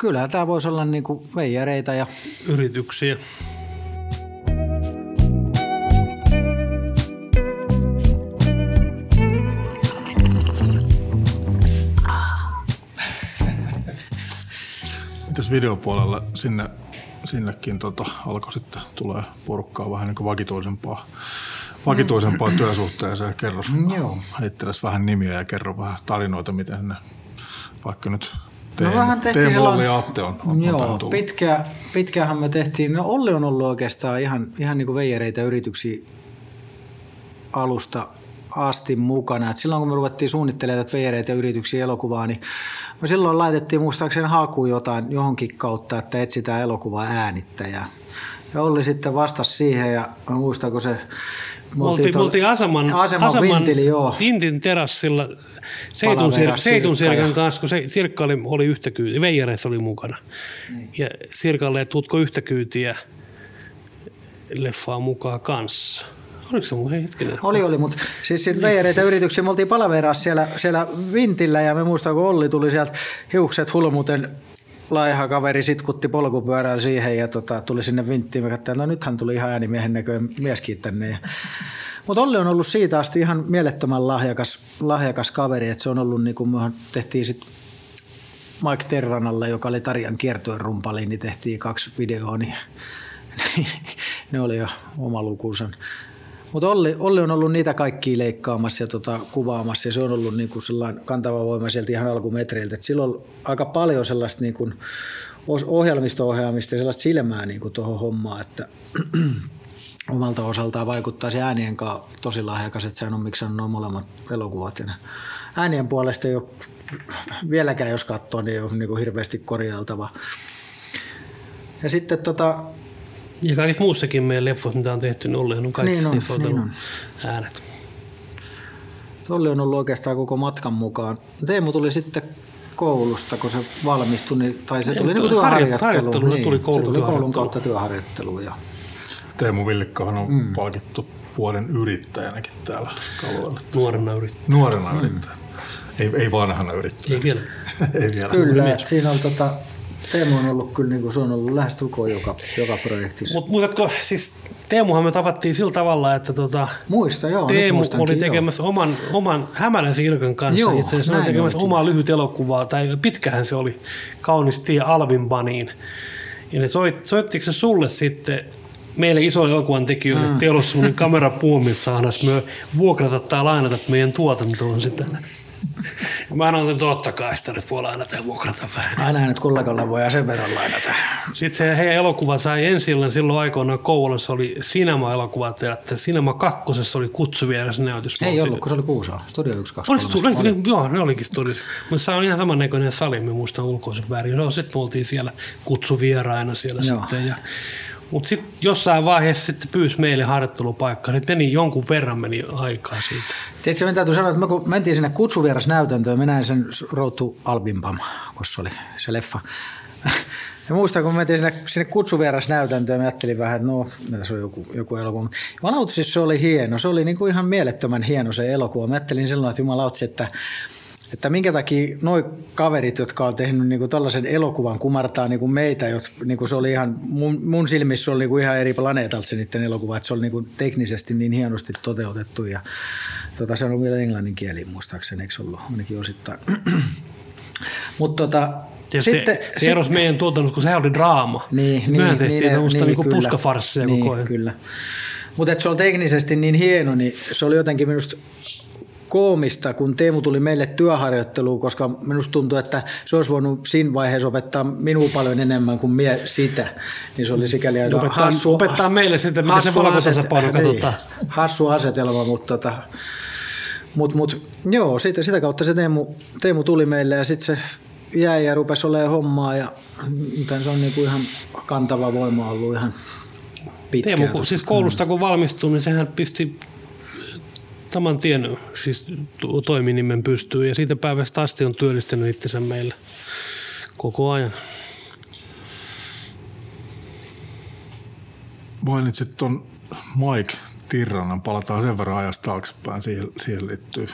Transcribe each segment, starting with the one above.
Kyllähän tämä voisi olla niinku veijareita ja yrityksiä. Mitäs videopuolella sinnekin alkoi sitten tulee porukkaa vähän niin kuin vakituisempaa työsuhteeseen. Kerro, heitteles vähän nimiä ja kerro vähän tarinoita, miten ne vaikka nyt Teemu, Olli ja Atte on joo, pitkäänhän me tehtiin. No Olli on ollut oikeastaan ihan niin kuin veijareita yrityksiä alusta asti mukana. Et silloin kun me ruvettiin suunnittelemaan tätä veijareita yrityksiä elokuvaa, niin me silloin laitettiin muistaakseni hakuun johonkin kautta, että etsitään elokuva äänittäjää. Ja Olli sitten vastasi siihen ja muistaako se... Me oltiin Aseman Vintili, Vintin terassilla Seitun Sirkan kanssa, kun Sirkka oli yhtä kyytiä, veijareissa oli mukana. Niin. Ja Sirkalle ei tutko yhtä kyytiä leffaa mukaan kanssa. Oliko se mun hetkinen? Oli, mutta siis sitten veijareita yrityksiä, me oltiin palaveeraassa siellä Vintillä ja me muistan, kun Olli tuli sieltä hiukset hulmuten laiha kaveri sitkutti polkupyörällä siihen ja tuli sinne Vinttiin. Me katsoin, no nythän tuli ihan äänimiehen näköinen mieskin tänne. Mutta Olli on ollut siitä asti ihan mielettömän lahjakas kaveri, että se on ollut niin kuin me tehtiin sitten Mike Terranalle, joka oli Tarjan kiertueen rumpali, niin tehtiin 2 videoa, niin ne oli jo oma lukunsa. Mutta Olli on ollut niitä kaikkia leikkaamassa ja kuvaamassa ja se on ollut niinku sellainen kantava voima sieltä ihan alkumetreiltä. Et silloin on aika paljon sellaista niinku ohjelmisto-ohjaamista ja sellaista silmää niinku tuohon hommaan, että omalta osaltaan vaikuttaa se äänien kanssa tosi lahjakas, että sehän on miksannut nuo molemmat elokuvat. Ja äänien puolesta ei ole vieläkään, jos katsoo, niin ei ole niinku hirveästi korjailtava. Ja sitten ja kaikista muussakin meidän leffoissa, mitä on tehty, niin Ollihan on kaikista niissä on äänet. Olli on ollut oikeastaan koko matkan mukaan. Teemu tuli sitten koulusta, kun se valmistui, tai se tuli työharjoitteluun. Se tuli koulun kautta työharjoitteluun. Teemu Villikkahan on palkittu vuoden yrittäjänäkin täällä alueella. Nuorena yrittäjänä. Ei vanhana yrittäjänä. Ei vielä. Ei vielä. Kyllä, siinä on Teemu on ollut kyllä, niin kuin se on ollut lähestulkoon joka projektissa. Mutta muistatko, siis Teemuhan me tavattiin sillä tavalla, että Muista, joo, Teemu oli tekemässä oman Hämäläisen Ilkan kanssa. Itse asiassa oli tekemässä omaa lyhyt elokuvaa, tai pitkähän se oli, Kaunis tie Alvinbaniin. Ja ne soittiko se sulle sitten meille isoille elokuvan tekijöille, että teillä olisi sellainen kamerapuomi, saadaan me vuokrata tai lainata meidän tuotantoon sitä. Mä sanoin, että totta kai sitä nyt voi lainata ja vuokrata vähän. Aina nyt kollegalla voi sen verran lainata. Sitten se heidän elokuva sai ensin silloin aikoinaan Kouvolassa oli Cinema-elokuvateatteri. Cinema 2 oli kutsuvieras näytös. Ei ollut, kun se oli Kuusaalla. Studio 1, 2, 3. Joo, ne olikin studiossa. Mutta se on ihan samannäköinen sali, me muistan ulkoisen väärin. No, sitten me oltiin siellä kutsuvieraina siellä sitten. Mutta sitten jossain vaiheessa sitten pyysi meille harjoittelupaikkaa. Nyt jonkun verran meni aikaa siitä. Tiedätkö, minä täytyy sanoa, että kun mentiin sinne kutsuvierasnäytäntöön, mä näin sen Road to Albimbam, kun se oli se leffa. Ja muistan, kun mentiin sinne kutsuvierasnäytäntöön, mä ajattelin vähän, että se on joku elokuva. Jumalautis, se oli hieno. Se oli niinku ihan mielettömän hieno se elokuva. Mä ajattelin silloin, että jumalautis, että minkä takia noi kaverit, jotka on tehnyt niinku tällaisen elokuvan, kumartaa niinku meitä, niinku se oli ihan, mun silmissä se oli niinku ihan eri planeetalta se niiden elokuva, että se oli niinku teknisesti niin hienosti toteutettu ja se on ollut vielä englannin kieli muistaakseni, eikö se ollut ainakin osittain. Mutta sitten se erosi meidän tuotannossa, kun se oli draama. Mehän tehtiin tämmöistä niinku puskafarssia koko ajan. Kyllä. Mutta se oli teknisesti niin hieno, niin se oli jotenkin minusta koomista, kun Teemu tuli meille työharjoitteluun, koska minusta tuntui, että se olisi voinut siinä vaiheessa opettaa minua paljon enemmän kuin sitä. Niin se oli sikäli aika hassu. Opettaa meille sitten, miten se valkotasapaino katsotaan. Hassu asetelma, mutta joo, sitä kautta se Teemu tuli meille ja sitten se jäi ja rupesi olemaan hommaa ja se on niinku ihan kantava voima ollut ihan pitkään. Teemu, siis koulusta kun valmistui, niin sehän pisti saman tien siis toiminimen pystyy ja siitä päivästä asti on työllistänyt itsensä meillä koko ajan. Mainitsit tuon Mike Tirranan, palataan sen verran ajasta taaksepäin, siihen liittyy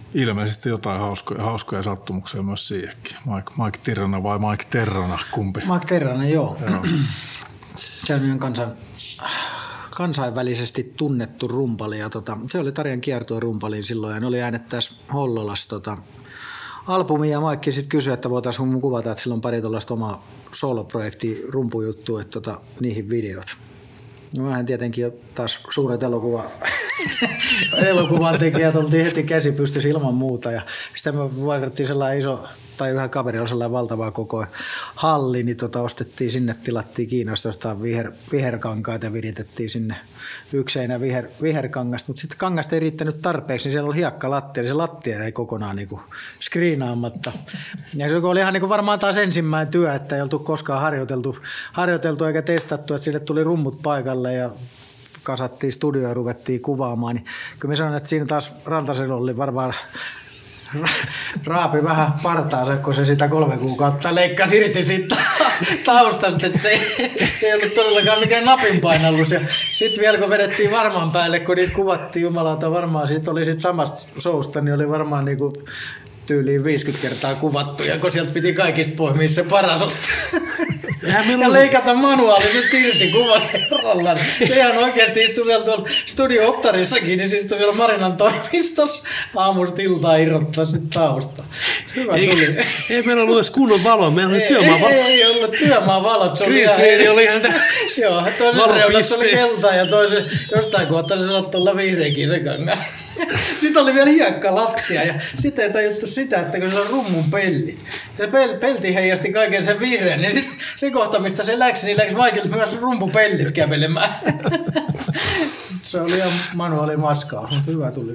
ilmeisesti jotain hauskoja sattumuksia myös siihenkin. Mike Tirrana vai Mike Terrana, kumpi? Mike Terrana, joo. Se on ihan kansainvälisesti tunnettu rumpali. Ja se oli Tarjan kiertue rumpaliin silloin ja ne oli äänettäessä Hollolassa albumia ja Maikki sitten kysyi, että voitaisiin kuvata, että sillä on pari tuollaista omaa soloprojektia rumpujuttu, että niihin videot. No vähän tietenkin taas suuret elokuvan tekijät oltiin heti käsi pystyssä ilman muuta ja sitten me vaikuttiin sellainen iso, tai yhden kaverilla sellainen valtava koko halli, niin ostettiin sinne, tilattiin Kiinasta jostain viherkankaita ja viritettiin sinne ykseinä viherkangasta, mutta sitten kangasta ei riittänyt tarpeeksi, niin siellä oli hiekkalattia, niin se lattia jäi kokonaan niinku skriinaamatta. Ja se oli ihan niinku varmaan taas ensimmäinen työ, että ei oltu koskaan harjoiteltu eikä testattu, että sille tuli rummut paikalle ja kasattiin studioon ja ruvettiin kuvaamaan, niin kyllä mä sanon, että siinä taas Rantasella oli varmaan raapi vähän partaansa, kun se sitä 3 kuukautta leikkasi irti siitä taustasta, että se ei ollut todellakaan mikään napinpainallus. Ja sitten vielä kun vedettiin varmaan päälle, kun niitä kuvattiin jumalauta varmaan, siitä oli sitten samasta showsta, niin oli varmaan niinku tyyliin 50 kertaa kuvattu, ja kun sieltä piti kaikista poimia se paras ja leikata manuaalisesti irti kuvan kerrallaan. Se ihan oikeasti istui vielä tuolla studio-optarissakin, niin se istui siellä Marinan toimistossa aamusta iltaa irrottaa sitten tausta. Hyvä tuli. Ei meillä ollut edes kunnon valoa, meillä oli työmaavalot. Ei ollut työmaavalot. Kristiini oli ihan joo, toisessa reunassa oli kelta ja toisen jostain kohtaa se saattoi olla vihreäkin se kangas. Sitten oli vielä hiekkalattia ja sitten ei tajuttu sitä, että kun se on rummun pelli. Se pelti heijasti kaiken sen vihreän, niin sitten se kohta, mistä se läksi, niin läksi Michael myös rumpupellit kävelemään. Se oli ihan manuaalimaskaa, mutta hyvä tuli.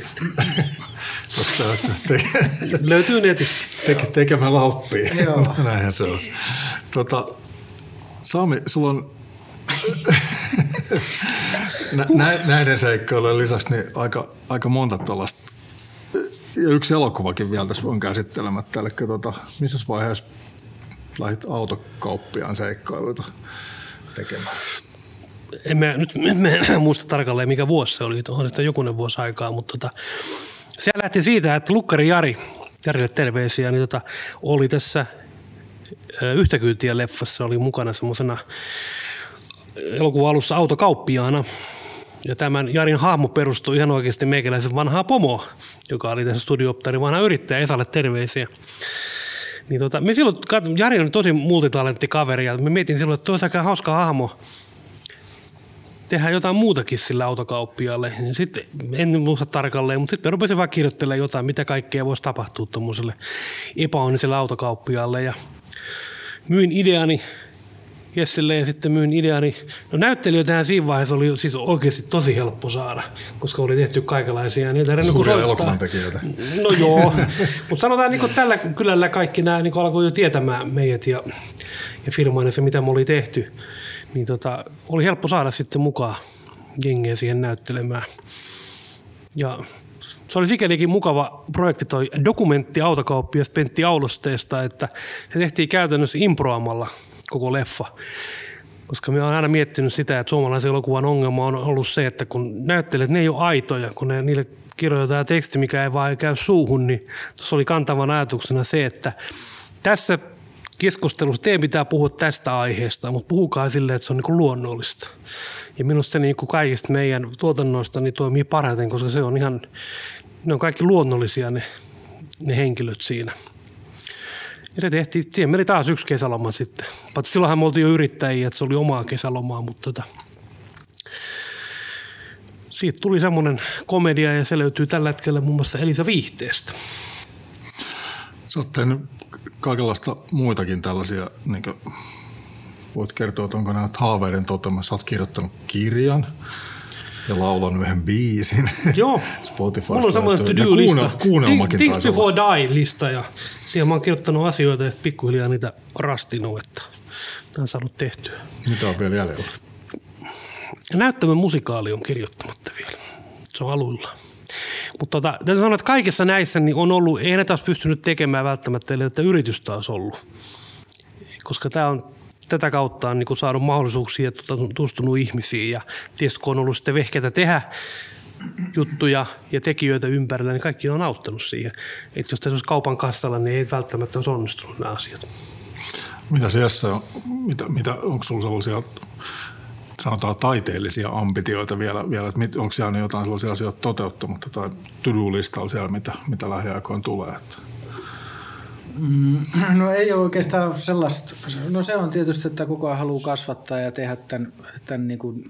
Löytyy netistä. Tekemällä oppii. Näinhän se on. Sami, sulla on näiden seikkailujen lisäksi niin aika monta tällaista. Ja yksi elokuvakin vielä tässä on käsittelemättä. Eli missä vaiheessa lähdit autokauppiaan seikkailuita tekemään? Nyt en muista tarkalleen, mikä vuosi se oli. On sitä jokunen vuosi aikaa, mutta se lähti siitä, että lukkari Jarille terveisiä, niin oli tässä Yhtäkyytiä leffassa, oli mukana semmoisena elokuvan alussa autokauppiaana. Ja tämän Jarin hahmo perustui ihan oikeasti meikäläisen vanhaa pomoa, joka oli tässä Studio-optarin vanha yrittäjä, Esalle terveisiä. Niin me silloin, Jari on tosi multitalentti kaveri ja me mietin silloin, että olisi aika hauska hahmo tehdä jotain muutakin sillä autokauppialle. Ja sitten, en muista tarkalleen, mutta sitten me rupesin vaan kirjoittelemaan jotain, mitä kaikkea voisi tapahtua tuommoiselle epäonniselle autokauppialle. Ja myin ideani Jesselle ja sitten myin ideani. No näyttelijöitähän siinä vaiheessa oli siis oikeasti tosi helppo saada, koska oli tehty kaikenlaisia. Suuria elokuvantekijöitä. No joo, mutta sanotaan niin tällä kylällä kaikki nämä niin alkoi jo tietämään meidät ja firmaan ja se mitä me oli tehty. Niin oli helppo saada sitten mukaan jengiä siihen näyttelemään. Ja se oli sikälikin mukava projekti toi dokumentti autokauppias Pentti Aulosteesta, että se tehtiin käytännössä improamalla koko leffa. Koska minä olen aina miettinyt sitä, että suomalaisen elokuvan ongelma on ollut se, että kun näyttelijät, ne ei ole aitoja, kun niille kirjoitetaan teksti, mikä ei vaan käy suuhun, niin tuossa oli kantavan ajatuksena se, että tässä keskustelussa teidän pitää puhua tästä aiheesta, mutta puhukaa silleen, että se on niin kuin luonnollista. Ja minusta se niin kuin kaikista meidän tuotannoista niin toimii parhaiten, koska se on ihan, ne on kaikki luonnollisia ne henkilöt siinä. Ja se tehtiin, siihen meni taas yksi kesäloma sitten. Paitsi silloinhan me oltiin jo yrittäjiä, että se oli omaa kesälomaa, mutta siitä tuli semmoinen komedia ja se löytyy tällä hetkellä muun muassa Elisa Viihteestä. Sä oot tehnyt kaikenlaista muitakin tällaisia, niin kuin voit kertoa, että onko nämä haaveiden toteutumassa. Sä oot kirjoittanut kirjan ja laulanut yhden biisin. Joo, Spotifysta. Mulla on semmoinen to-do-lista. Things Before Die-lista ja siihen mä oon kirjoittanut asioita ja sitten pikkuhiljaa niitä rastinut, että tämä on saanut tehtyä. Mitä on vielä jäljellä? Näyttämön musikaali on kirjoittamatta vielä. Se on aluilla. Mutta täytyy sanoa, että kaikessa näissä niin on ollut, ei ne taas pystynyt tekemään välttämättä, että yritystä olisi ollut. Koska tämä on tätä kautta on niin saanut mahdollisuuksia ja tutustunut ihmisiin ja tietysti kun on ollut sitten vehkeitä tehdä juttuja ja tekijöitä ympärillä, niin kaikki on auttanut siihen. Että jos tässä olisi kaupan kassalla, niin ei välttämättä olisi onnistunut nämä asiat. Mitä siellä on? Onko sinulla sellaisia, sanotaan taiteellisia ambitioita vielä että onko siellä jotain sellaisia asioita toteuttamatta tai to-do-listalla siellä, mitä lähiaikoin tulee? No ei ole oikeastaan sellaista. No se on tietysti, että koko ajan haluaa kasvattaa ja tehdä tämän niin kuin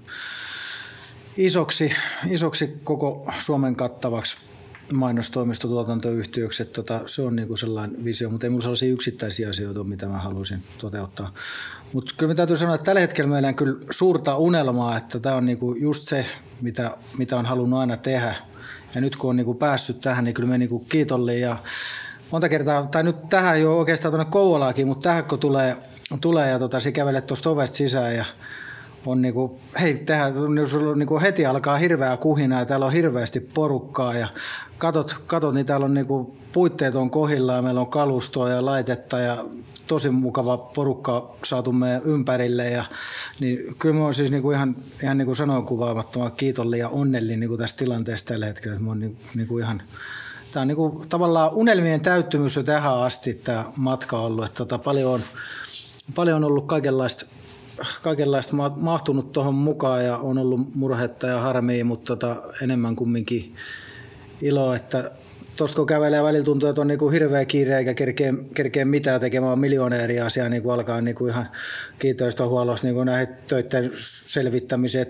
isoksi koko Suomen kattavaksi mainostoimistotuotantoyhtiöksi. Se on niin kuin sellainen visio, mutta ei minulla sellaisia yksittäisiä asioita ole, mitä mä haluaisin toteuttaa. Mutta kyllä me täytyy sanoa, että tällä hetkellä meillä on kyllä suurta unelmaa, että tämä on niin kuin just se, mitä on halunnut aina tehdä. Ja nyt kun on niin kuin päässyt tähän, niin kyllä me niin kuin kiitollinen ja monta kertaa, tai nyt tähän ei ole oikeastaan tuonne Kouvolaakin, mutta tähän kun tulee ja se kävelet tuosta ovesta sisään ja on niinku, hei, tähän niinku heti alkaa hirveää kuhinaa ja täällä on hirveästi porukkaa ja katot niin täällä on niinku, puitteet on kohdillaan, meillä on kalustoa ja laitetta ja tosi mukava porukka saatu meidän ympärille ja niin kyllä mä oon siis niinku ihan niinku sanoin kuvaamattoman kiitollinen ja onnellinen niinku tästä tilanteesta tällä hetkellä, että mä oon niinku ihan. Tämä on niinku tavallaan unelmien täyttymys jo tähän asti tämä matka ollut, että paljon on ollut kaikenlaista mahtunut tuohon mukaan ja on ollut murhetta ja harmia, mutta enemmän kumminkin iloa, että tuosta kun kävelee välillä tuntuu, että on niinku hirveä kiire eikä kerkeä mitään tekemään miljoona eri asiaa, niin alkaa niinku ihan kiinteistöhuollossa niinku näihin töiden selvittämiseen.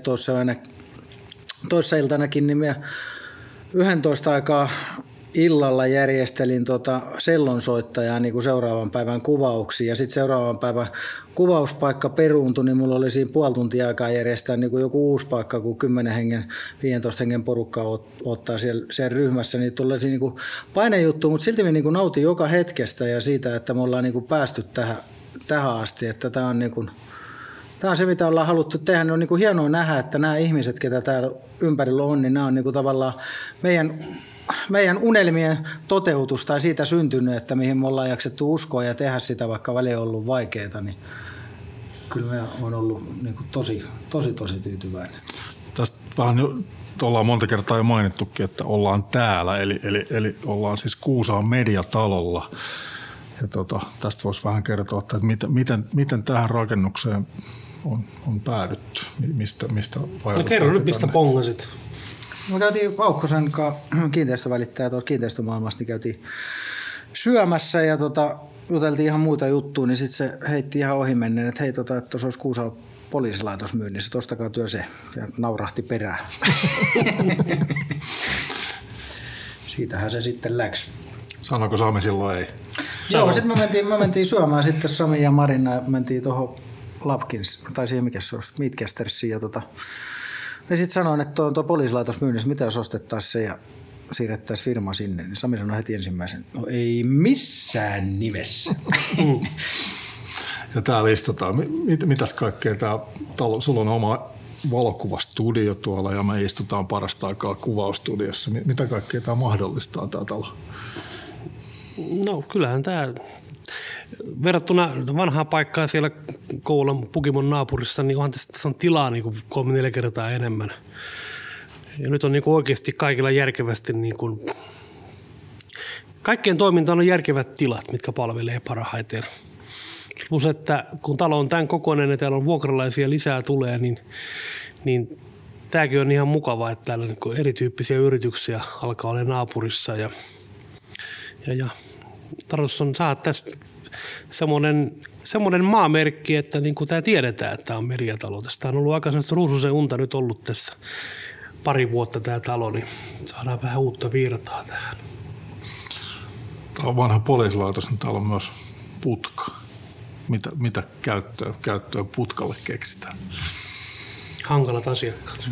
Toissa iltanakin niin minä 11 aikaa illalla järjestelin sellonsoittajaa niin kuin seuraavan päivän kuvauksia ja sitten seuraavan päivän kuvauspaikka peruuntui, niin mulla oli siinä puoli tuntia aikaa järjestää niin kuin joku uusi paikka, kun 10 hengen, 15 hengen porukkaa ottaa siellä ryhmässä, niin tulee niin kuin painejuttu, mutta silti me niin kuin nautin joka hetkestä ja siitä, että me ollaan niin kuin päästy tähän asti, että tämä on niin kuin tämä on se, mitä ollaan haluttu tehdä. Ne on niin kuin hienoa nähdä, että nämä ihmiset, ketä täällä ympärillä on, niin nämä on niin kuin tavallaan meidän unelmien toteutus tai siitä syntynyt, että mihin me ollaan jaksettu uskoa ja tehdä sitä, vaikka välillä on ollut vaikeaa, niin kyllä me on ollut niin kuin tosi tyytyväinen. Tästä vähän ollaan monta kertaa jo mainittukin, että ollaan täällä, eli ollaan siis Kuusaan mediatalolla. Ja tästä voisi vähän kertoa, että miten tähän rakennukseen on päädytty, mistä no kerro nyt, mistä pongasit. Me käytiin Vaukkosen kiinteistövälittäjä tuossa kiinteistömaailmasta, niin käytiin syömässä ja juteltiin ihan muuta juttua, niin sitten se heitti ihan ohi menneen, että hei, että tuossa olisi Kuusalla poliisilaitos myynnissä, tostakaa työ se, ja naurahti perään. Siitähän se sitten läks. Sanoiko Sami silloin ei? Joo, sitten me mentiin syömään sitten Sami ja Marina ja mentiin tuohon Lapkins, tai siihen mikä se olisi, Meatcastersiin ja ja sitten sanoin, että tuo poliisilaitos myynnissä, mitä jos ostettaisiin se ja siirrettäisiin firma sinne, niin Sami sanoi heti ensimmäisen, no ei missään nimessä. Ja täällä istutaan. Mitäs kaikkea sulla on oma valokuvastudio tuolla ja me istutaan parasta aikaa kuvaustudiossa. Mitä kaikkea tämä mahdollistaa tämä talo? No kyllähän tämä verrattuna vanhaan paikkaan siellä Kouvolan Pukimon naapurissa, niin onhan tässä on tilaa niin 3-4 kertaa enemmän. Ja nyt on niin oikeasti kaikilla järkevästi, niin kuin, kaikkien toimintaan on järkevät tilat, mitkä palvelee parhaiten. Plus, että kun talo on tämän kokoinen ja täällä on vuokralaisia lisää tulee, niin tämäkin on ihan mukavaa, että täällä niin erityyppisiä yrityksiä alkaa olla naapurissa ja tarkoitus on saada tästä semmoinen maamerkki, että niin kuin tämä tiedetään, että tämä on mediatalo. Tästä on ollut aika sellaista ruususen unta nyt ollut tässä pari vuotta tämä talo, niin saadaan vähän uutta virtaa tähän. Tämä on vanha poliisilaitos, niin täällä on myös putka. Mitä käyttöä putkalle keksitään? Hankalat asiakkaat.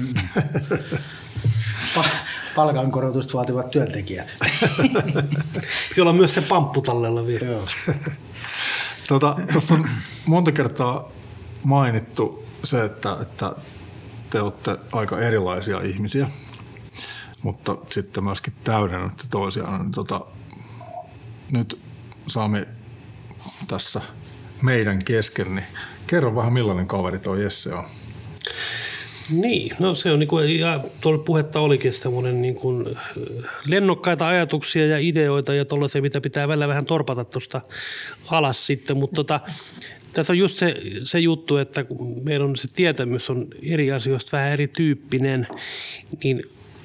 Palkankorotusta vaativat työntekijät. Siellä on myös se pampputallella vielä. Joo. Tuossa on monta kertaa mainittu se, että te olette aika erilaisia ihmisiä, mutta sitten myöskin täydennätte toisiaan. Nyt Sami tässä meidän kesken, niin kerro vähän millainen kaveri tuo Jesse on. Niin, no se on niin kuin, ja tuolla puhetta olikin semmoinen niin kuin lennokkaita ajatuksia ja ideoita ja tuollaisia, mitä pitää välillä vähän torpata tuosta alas sitten, mutta tässä on just se juttu, että kun meillä on se tietämys on eri asioista vähän erityyppinen, niin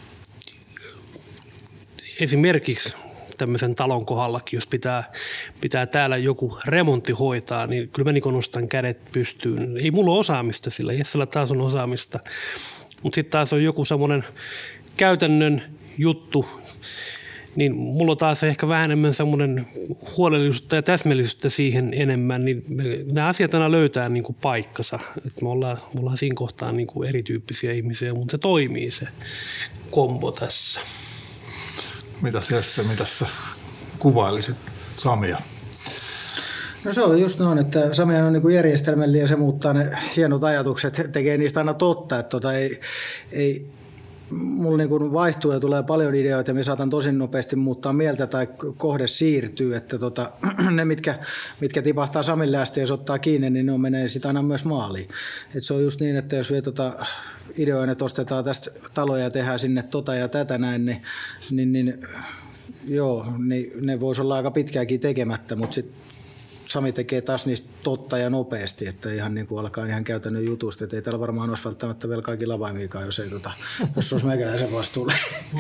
esimerkiksi tämmöisen talon kohdallakin, jos pitää täällä joku remontti hoitaa, niin kyllä mä niin nostan kädet pystyyn. Ei mulla ole osaamista sillä, Jessellä taas on osaamista, mutta sitten taas on joku semmoinen käytännön juttu, niin mulla on taas ehkä vähän enemmän semmoinen huolellisuutta ja täsmällisyyttä siihen enemmän, niin nämä asiat aina löytää niin kuin paikkansa. Et me ollaan siinä kohtaa niin kuin erityyppisiä ihmisiä, mutta se toimii se kombo tässä. Mitäs Jesse, mitäs sä kuvailisit Samia? No se on just noin, että Samia on niin järjestelmällinen ja se muuttaa ne hienot ajatukset, tekee niistä aina totta, että ei mulla niin vaihtuu ja tulee paljon ideoita ja me saatan tosi nopeasti muuttaa mieltä tai kohde siirtyy, että ne mitkä tipahtaa Samille asti ja se ottaa kiinni, niin ne menee sitten aina myös maaliin. Et se on just niin, että jos ideoina, että ostetaan tästä taloja ja tehdään sinne ja tätä näin, niin ne voisi olla aika pitkääkin tekemättä, mutta sitten Sami tekee taas niistä totta ja nopeasti, että ihan niin kuin alkaa ihan käytännön jutusta, että ei täällä varmaan olisi välttämättä vielä kaikilla lavaimiikaan, jos jos olisi meikäläisen vastuulle.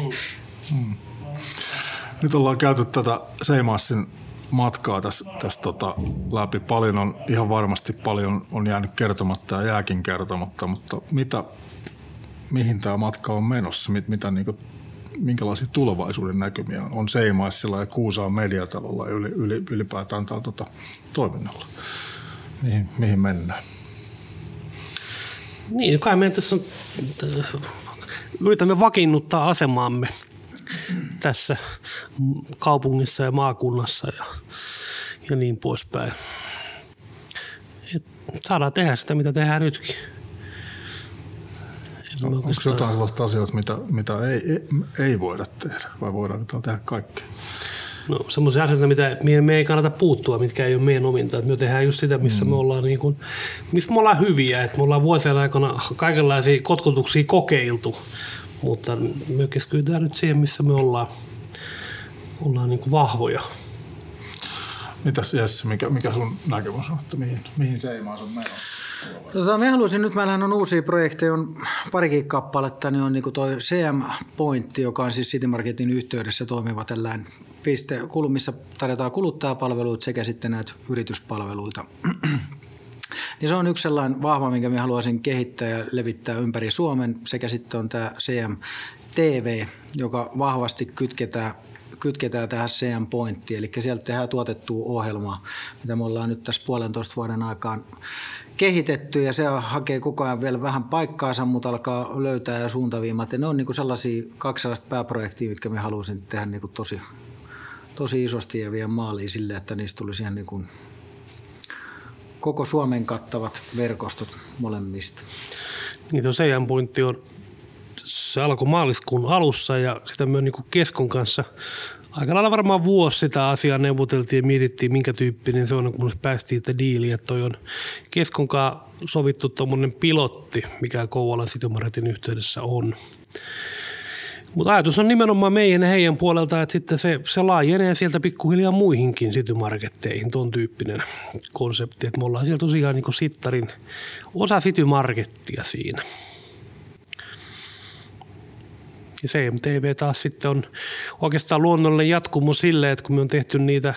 Nyt ollaan käyty tätä Seimassin matkaa tässä läpi. Paljon on ihan varmasti paljon jäänyt kertomatta ja jääkin kertomatta, mutta mihin tämä matka on menossa? Minkälaisia tulevaisuuden näkymiä on Seimaissilla ja Kuusaan mediatalolla ja ylipäätään tällä toiminnalla? Mihin mennään? Niin, kai me tässä yritämme vakiinnuttaa asemaamme tässä kaupungissa ja maakunnassa ja niin poispäin. Et saadaan tehdä sitä, mitä tehdään nytkin. Onko jotain sellaista asioita, mitä ei voida tehdä vai voidaanko tehdä kaikkea? No semmoisia asioita, mihin me ei kannata puuttua, mitkä ei ole meidän ominta. Me tehdään just sitä, missä me ollaan, missä me ollaan hyviä. Että me ollaan vuosien aikana kaikenlaisia kotkotuksia kokeiltu, mutta me keskitytään nyt siihen, missä me ollaan vahvoja. Mitäs Jesse, mikä sun näkemys on, että mihin Seimaas on menossa? Meillähän on uusia projekteja, on parikin kappaletta, niin on niin toi CM Pointti, joka on siis City Marketin yhteydessä toimiva tällainen piste, missä tarjotaan kuluttajapalveluita sekä sitten näitä yrityspalveluita. Niin se on yksi sellainen vahva, minkä me haluaisin kehittää ja levittää ympäri Suomen, sekä sitten on tämä CM TV, joka vahvasti kytketään tähän CM Pointtiin, eli sieltä tehdään tuotettua ohjelmaa, mitä me ollaan nyt tässä 1,5 vuoden aikaan kehitetty, ja se hakee koko ajan vielä vähän paikkaansa, mutta alkaa löytää ja suuntaviimat, ja ne on niin kuin sellaisia 2 sellaista pääprojektia, mitkä me halusin tehdä niin kuin tosi isosti ja vielä maaliin sille, että niistä tulisi ihan niin kuin koko Suomen kattavat verkostot molemmista. Niin tuo CM Pointti se alkoi maaliskuun alussa ja sitä me niin Keskon kanssa aika lailla varmaan vuosi sitä asiaa neuvoteltiin ja mietittiin, minkä tyyppinen se on, kun päästiin sitä diiliä. Toi on Keskon kanssa sovittu tuommoinen pilotti, mikä Kouvolan City Marketin yhteydessä on. Mutta ajatus on nimenomaan meidän ja heidän puolelta, että sitten se laajenee sieltä pikkuhiljaa muihinkin City Marketteihin, tuon tyyppinen konsepti. Että me ollaan siellä tosiaan niin sittarin osa City Markettia siinä. Ja CMTV taas sitten on oikeastaan luonnollinen jatkumo sille, että kun me on tehty niitä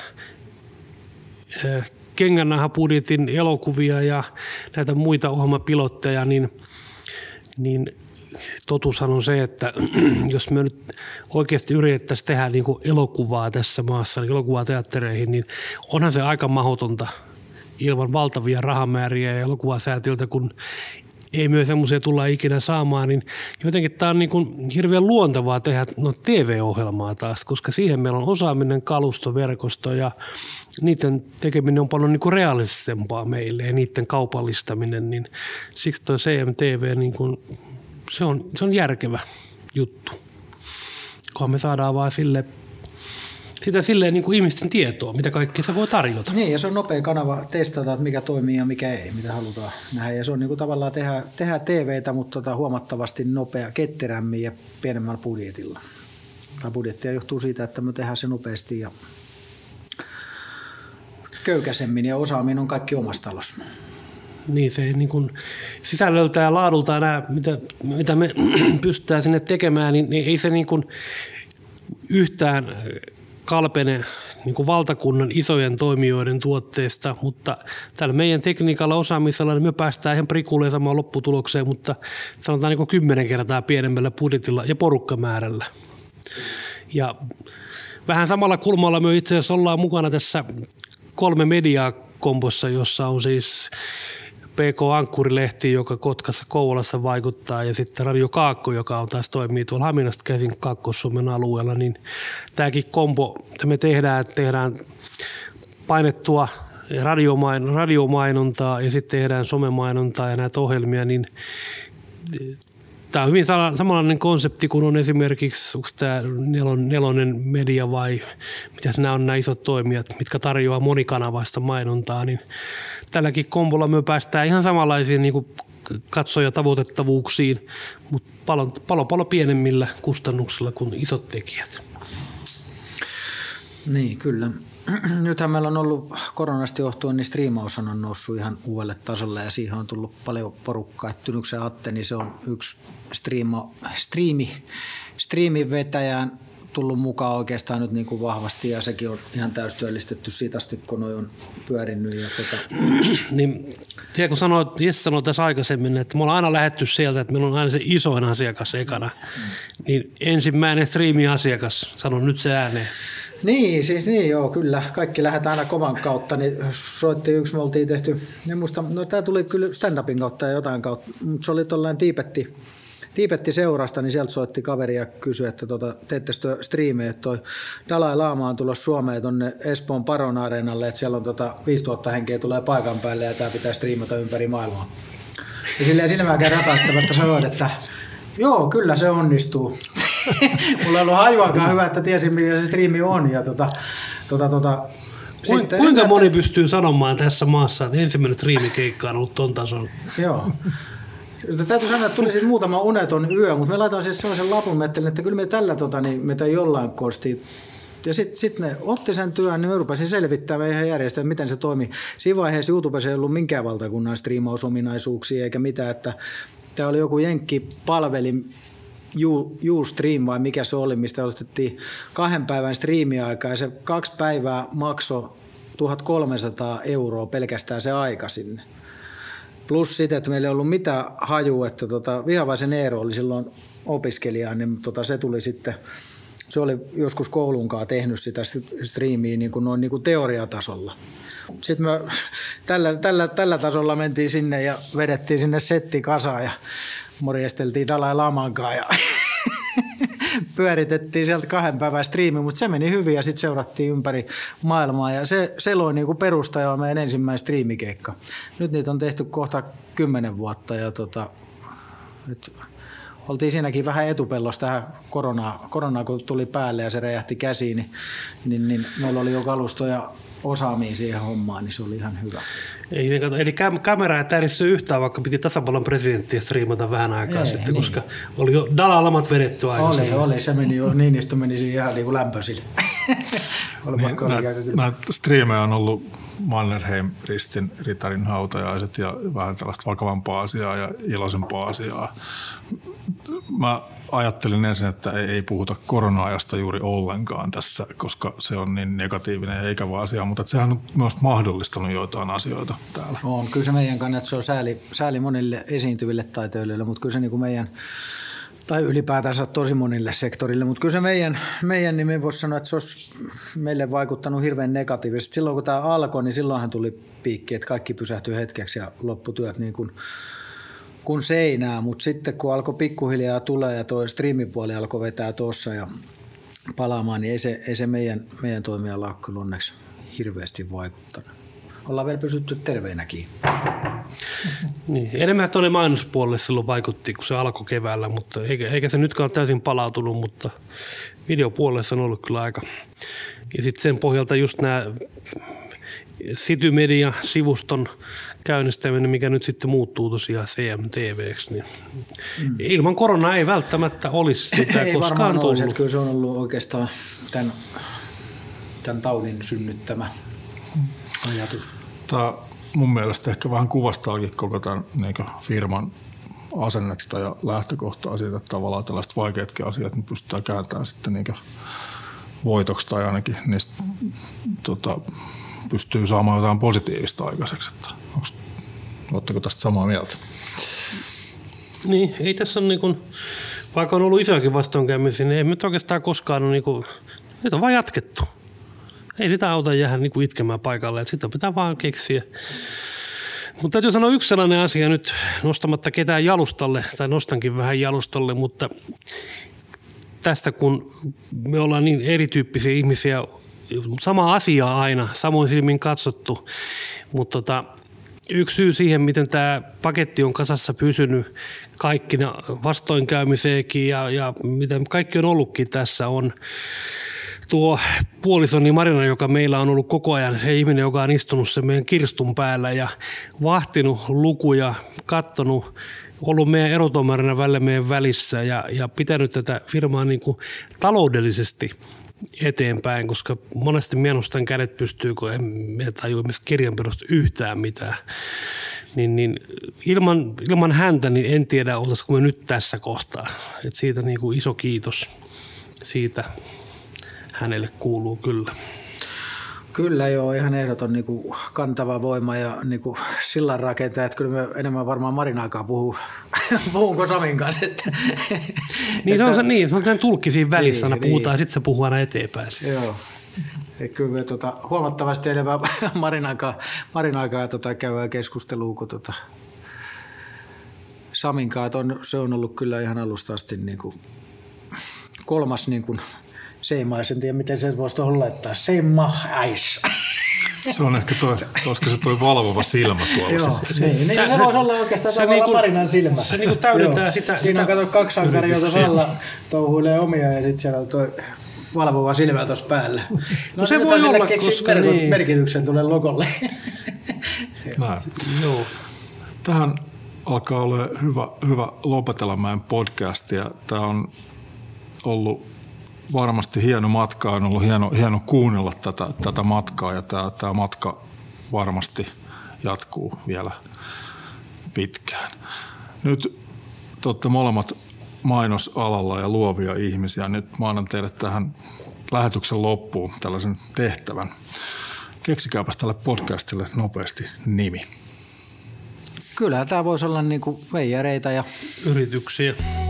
kengännahapudjetin elokuvia ja näitä muita ohjelmapilotteja, niin totuushan on se, että jos me nyt oikeasti yritettäisiin tehdä niin kuin elokuvaa tässä maassa, niin elokuvateattereihin, niin onhan se aika mahdotonta ilman valtavia rahamääriä ja elokuvasäätiöltä, kun ei myös semmoisia tulla ikinä saamaan, niin jotenkin tämä on niin kuin hirveän luontevaa tehdä TV-ohjelmaa taas, koska siihen meillä on osaaminen, kalusto, verkosto ja niiden tekeminen on paljon niin kuin realistisempaa meille ja niiden kaupallistaminen, niin siksi tuo CMTV niin kuin, se on järkevä juttu, kun me saadaan vaan sille sitä silleen niin kuin ihmisten tietoa, mitä kaikkea se voi tarjota. Niin, ja se on nopea kanava testata, että mikä toimii ja mikä ei, mitä halutaan nähdä. Ja se on niin kuin tavallaan tehdä TVtä, mutta huomattavasti nopea, ketterämmin ja pienemmällä budjetilla. Tämä budjettia johtuu siitä, että me tehdään se nopeasti ja köykäisemmin ja osaaminen on kaikki omassa talossa. Niin, se niin kuin sisällöltä ja laadulta nämä, mitä me pystytään sinne tekemään, niin ei se niin kuin yhtään kalpene niin kuin valtakunnan isojen toimijoiden tuotteesta, mutta tällä meidän tekniikalla osaamisella niin me päästään ihan prikulleen samaan lopputulokseen, mutta sanotaan niin kuin 10 kertaa pienemmällä budjetilla ja porukkamäärällä. Ja vähän samalla kulmalla me itse asiassa ollaan mukana tässä 3 mediakombossa, jossa on siis PK-ankkurilehti, joka Kotkassa Kouvolassa vaikuttaa, ja sitten Radio Kaakko, joka on taas toimii tuolla Haminasta käsin Kaakkois-Suomen alueella, niin tämäkin kombo, mitä me tehdään painettua radiomainontaa ja sitten tehdään somemainontaa ja näitä ohjelmia, niin tämä on hyvin samanlainen konsepti kuin on esimerkiksi, onko tämä Nelonen media vai mitä nämä on nämä isot toimijat, mitkä tarjoaa monikanavaista mainontaa, niin tälläkin kombolla me päästään ihan samanlaisiin niin kuin katsojatavoitettavuuksiin, mutta paljon pienemmillä kustannuksilla kuin isot tekijät. Niin, kyllä. Nythän meillä on ollut koronasta johtuen, niin striimaushan on noussut ihan uudelle tasolle ja siihen on tullut paljon porukkaa. Et Tynyksen Atte, niin se on yksi striimin vetäjään tullut mukaan oikeastaan nyt niin kuin vahvasti ja sekin on ihan täystyöllistetty siitä asti, kun noi on pyörinyt. Ja Niin, siellä kun Jesse sanoi tässä aikaisemmin, että me ollaan aina lähdetty sieltä, että meillä on aina se isoin asiakas ekana, niin ensimmäinen striimi-asiakas, sanon nyt se ääneen. Niin, siis niin joo, kyllä. Kaikki lähdetään aina kovan kautta, niin soitti yksi, me oltiin tehty, en muista, no tää tuli kyllä stand-upin kautta ja jotain kautta, mutta se oli tollainen Tiipetti seurasta, niin sieltä soitti kaveri ja kysyi, että teette striimejä, että toi Dalai Lama on tulossa Suomeen tuonne Espoon Paron-areenalle, että siellä on 5000 henkeä tulee paikan päälle ja tämä pitää striimata ympäri maailmaa. Ja silleen silmääkään räpäyttämättä sanoin, että joo, kyllä se onnistuu. Mulla ei ollut hajuakaan hyvä, että tiesin, mikä se striimi on. Ja kuinka moni pystyy sanomaan tässä maassa, että ensimmäinen striimikeikka on ollut ton tason? Joo. Täytyy sanoa, että tuli siis muutama uneton yö, mutta me laitoin siis sellaisen lapun, mä ajattelin, että kyllä me tällä meitä jollain kosti. Ja sitten ne otti sen työn, niin me rupesin selvittämään ihan järjestelmään, miten se toimii. Siinä vaiheessa YouTubessa ei ollut minkään valtakunnan striimausominaisuuksia eikä mitään, että tämä oli joku jenkkipalvelin Ustream vai mikä se oli, mistä otettiin 2 päivän striimiaikaa ja se 2 päivää maksoi 1 300 € pelkästään se aika sinne. Plus sitten, että meillä ei ollut mitään hajua, että Vihavaisen Eero oli silloin opiskelija, niin se tuli sitten, se oli joskus koulunkaan tehnyt sitä striimiä niin kuin noin niin kuin teoriatasolla. Sitten me tällä tasolla mentiin sinne ja vedettiin sinne setti kasaan ja morjesteltiin Dalai Lamankaan ja pyöritettiin sieltä 2 päivän striimi, mutta se meni hyvin ja sitten seurattiin ympäri maailmaa ja se loi niinku perustaja meidän ensimmäinen striimikeikka. Nyt niitä on tehty kohta 10 vuotta ja nyt oltiin siinäkin vähän etupellossa tähän koronaan, kun tuli päälle ja se räjähti käsiin, niin meillä oli jo kalusto ja osaamia siihen hommaan, niin se oli ihan hyvä. Eli kamera ei tärissyt yhtään, vaikka piti tasavallan presidenttiä striimata vähän aikaa sitten, niin. Koska oli jo Dalai Lamat vedetty aina. Oli, se meni jo, Niinistö meni siihen ihan niin kuin lämpöisille. Näitä striimejä on ollut Mannerheim, Ristin, Ritarin hautajaiset ja vähän tällaista vakavampaa asiaa ja iloisempaa asiaa. Mä ajattelin ensin, että ei puhuta korona-ajasta juuri ollenkaan tässä, koska se on niin negatiivinen ja ikävä asia, mutta sehän on myös mahdollistanut joitain asioita täällä. On, kyllä se meidän kannalta se on sääli monille esiintyville taiteilijoille, mutta kyllä se niin kuin meidän, tai ylipäätänsä tosi monille sektorille, mutta kyllä se meidän niin me voisi sanoa, että se olisi meille vaikuttanut hirveän negatiivisesti. Silloin kun tämä alkoi, niin silloinhan tuli piikki, että kaikki pysähtyi hetkeksi ja lopputyöt niin kuin kun seinää, mutta sitten kun alkoi pikkuhiljaa tulee ja tuo striimipuoli alkoi vetää tuossa ja palaamaan, niin ei se meidän toimiala ole kyllä onneksi hirveästi vaikuttanut. Ollaan vielä pysytty terveinäkin. Niin, enemmän tuonne mainospuolelle silloin vaikutti, kun se alkoi keväällä, mutta eikä se nytkään ole täysin palautunut, mutta videopuolella on ollut kyllä aika Ja sitten sen pohjalta just nämä City Media-sivuston käynnistäminen, mikä nyt sitten muuttuu tosiaan CMTV:ksi, niin ilman koronaa ei välttämättä olisi sitä ei koskaan varmaan tullut. olisi, että kyllä se on ollut oikeastaan tämän taudin synnyttämä ajatus. Tämä mun mielestä ehkä vähän kuvastaakin koko tämän niin firman asennetta ja lähtökohtaa siitä, että tavallaan tällaiset vaikeatkin asiat niin pystytään kääntämään sitten niin voitoksi tai ainakin niistä pystyy saamaan jotain positiivista aikaiseksi. Oletteko tästä samaa mieltä? Niin, ei tässä ole, niin kuin, vaikka on ollut isoakin vastoinkäymisiä, niin ei nyt oikeastaan koskaan ole, niin kuin, nyt on vaan jatkettu. Ei sitä auta jäädä niin kuin itkemään paikalle, että sitä pitää vaan keksiä. Mutta täytyy sanoa yksi sellainen asia nyt nostamatta ketään jalustalle, tai nostankin vähän jalustalle, mutta tästä kun me ollaan niin erityyppisiä ihmisiä, sama asia aina, samoin silmin katsottu, mutta yksi syy siihen, miten tämä paketti on kasassa pysynyt kaikkina vastoinkäymiseenkin ja miten kaikki on ollutkin tässä on tuo puolisoni Marina, joka meillä on ollut koko ajan se ihminen, joka on istunut sen meidän kirstun päällä ja vahtinut lukuja, kattonut, ollut meidän erotomarina välillä meidän välissä ja pitänyt tätä firmaa niin kuin taloudellisesti eteenpäin, koska monesti mienustan kädet pystyy, kun en tajua missä kirjanpidosta yhtään mitään. Niin ilman häntä niin en tiedä, oltaisiko me nyt tässä kohtaa. Et siitä niin kuin iso kiitos siitä hänelle kuuluu kyllä. Kyllä joo, ihan ehdoton niin kuin kantava voima ja niin kuin sillanrakentaja, että kyllä me enemmän varmaan Marinaakaan puhun kuin Samin kanssa. Niin se on sellainen tulkki siinä välissä, aina puhutaan ja sitten se puhuu aina eteenpäin. Joo, et kyllä me huomattavasti enemmän Marinaakaan käydään keskustelua kuin Saminkaan. Se on ollut kyllä ihan alusta asti niin kuin kolmas niin kuin Seimais, en tiedä miten se voisi tuohon laittaa. Seimais. Se on ehkä koska se toi valvova silmä tuolla. Joo, niin se voisi olla oikeastaan tavallaan Marinan silmä. Se niinku täydentää sitä. Siinä on kato kaksi sankaria, joita Salla touhuilee omia ja sitten siellä on tuo valvova silmä tuossa päällä. No se voi olla, koska merkityksen tulee logolle. Näin. Joo. Tähän alkaa olla hyvä lopetella meidän podcastia. Tämä on ollut varmasti hieno matka, on ollut hieno kuunnella tätä matkaa ja tämä matka varmasti jatkuu vielä pitkään. Nyt te olette molemmat mainosalalla ja luovia ihmisiä. Nyt mä annan teille tähän lähetyksen loppuun tällaisen tehtävän. Keksikääpäs tälle podcastille nopeasti nimi. Kyllähän tämä voisi olla niin kuin veijareita ja yrityksiä.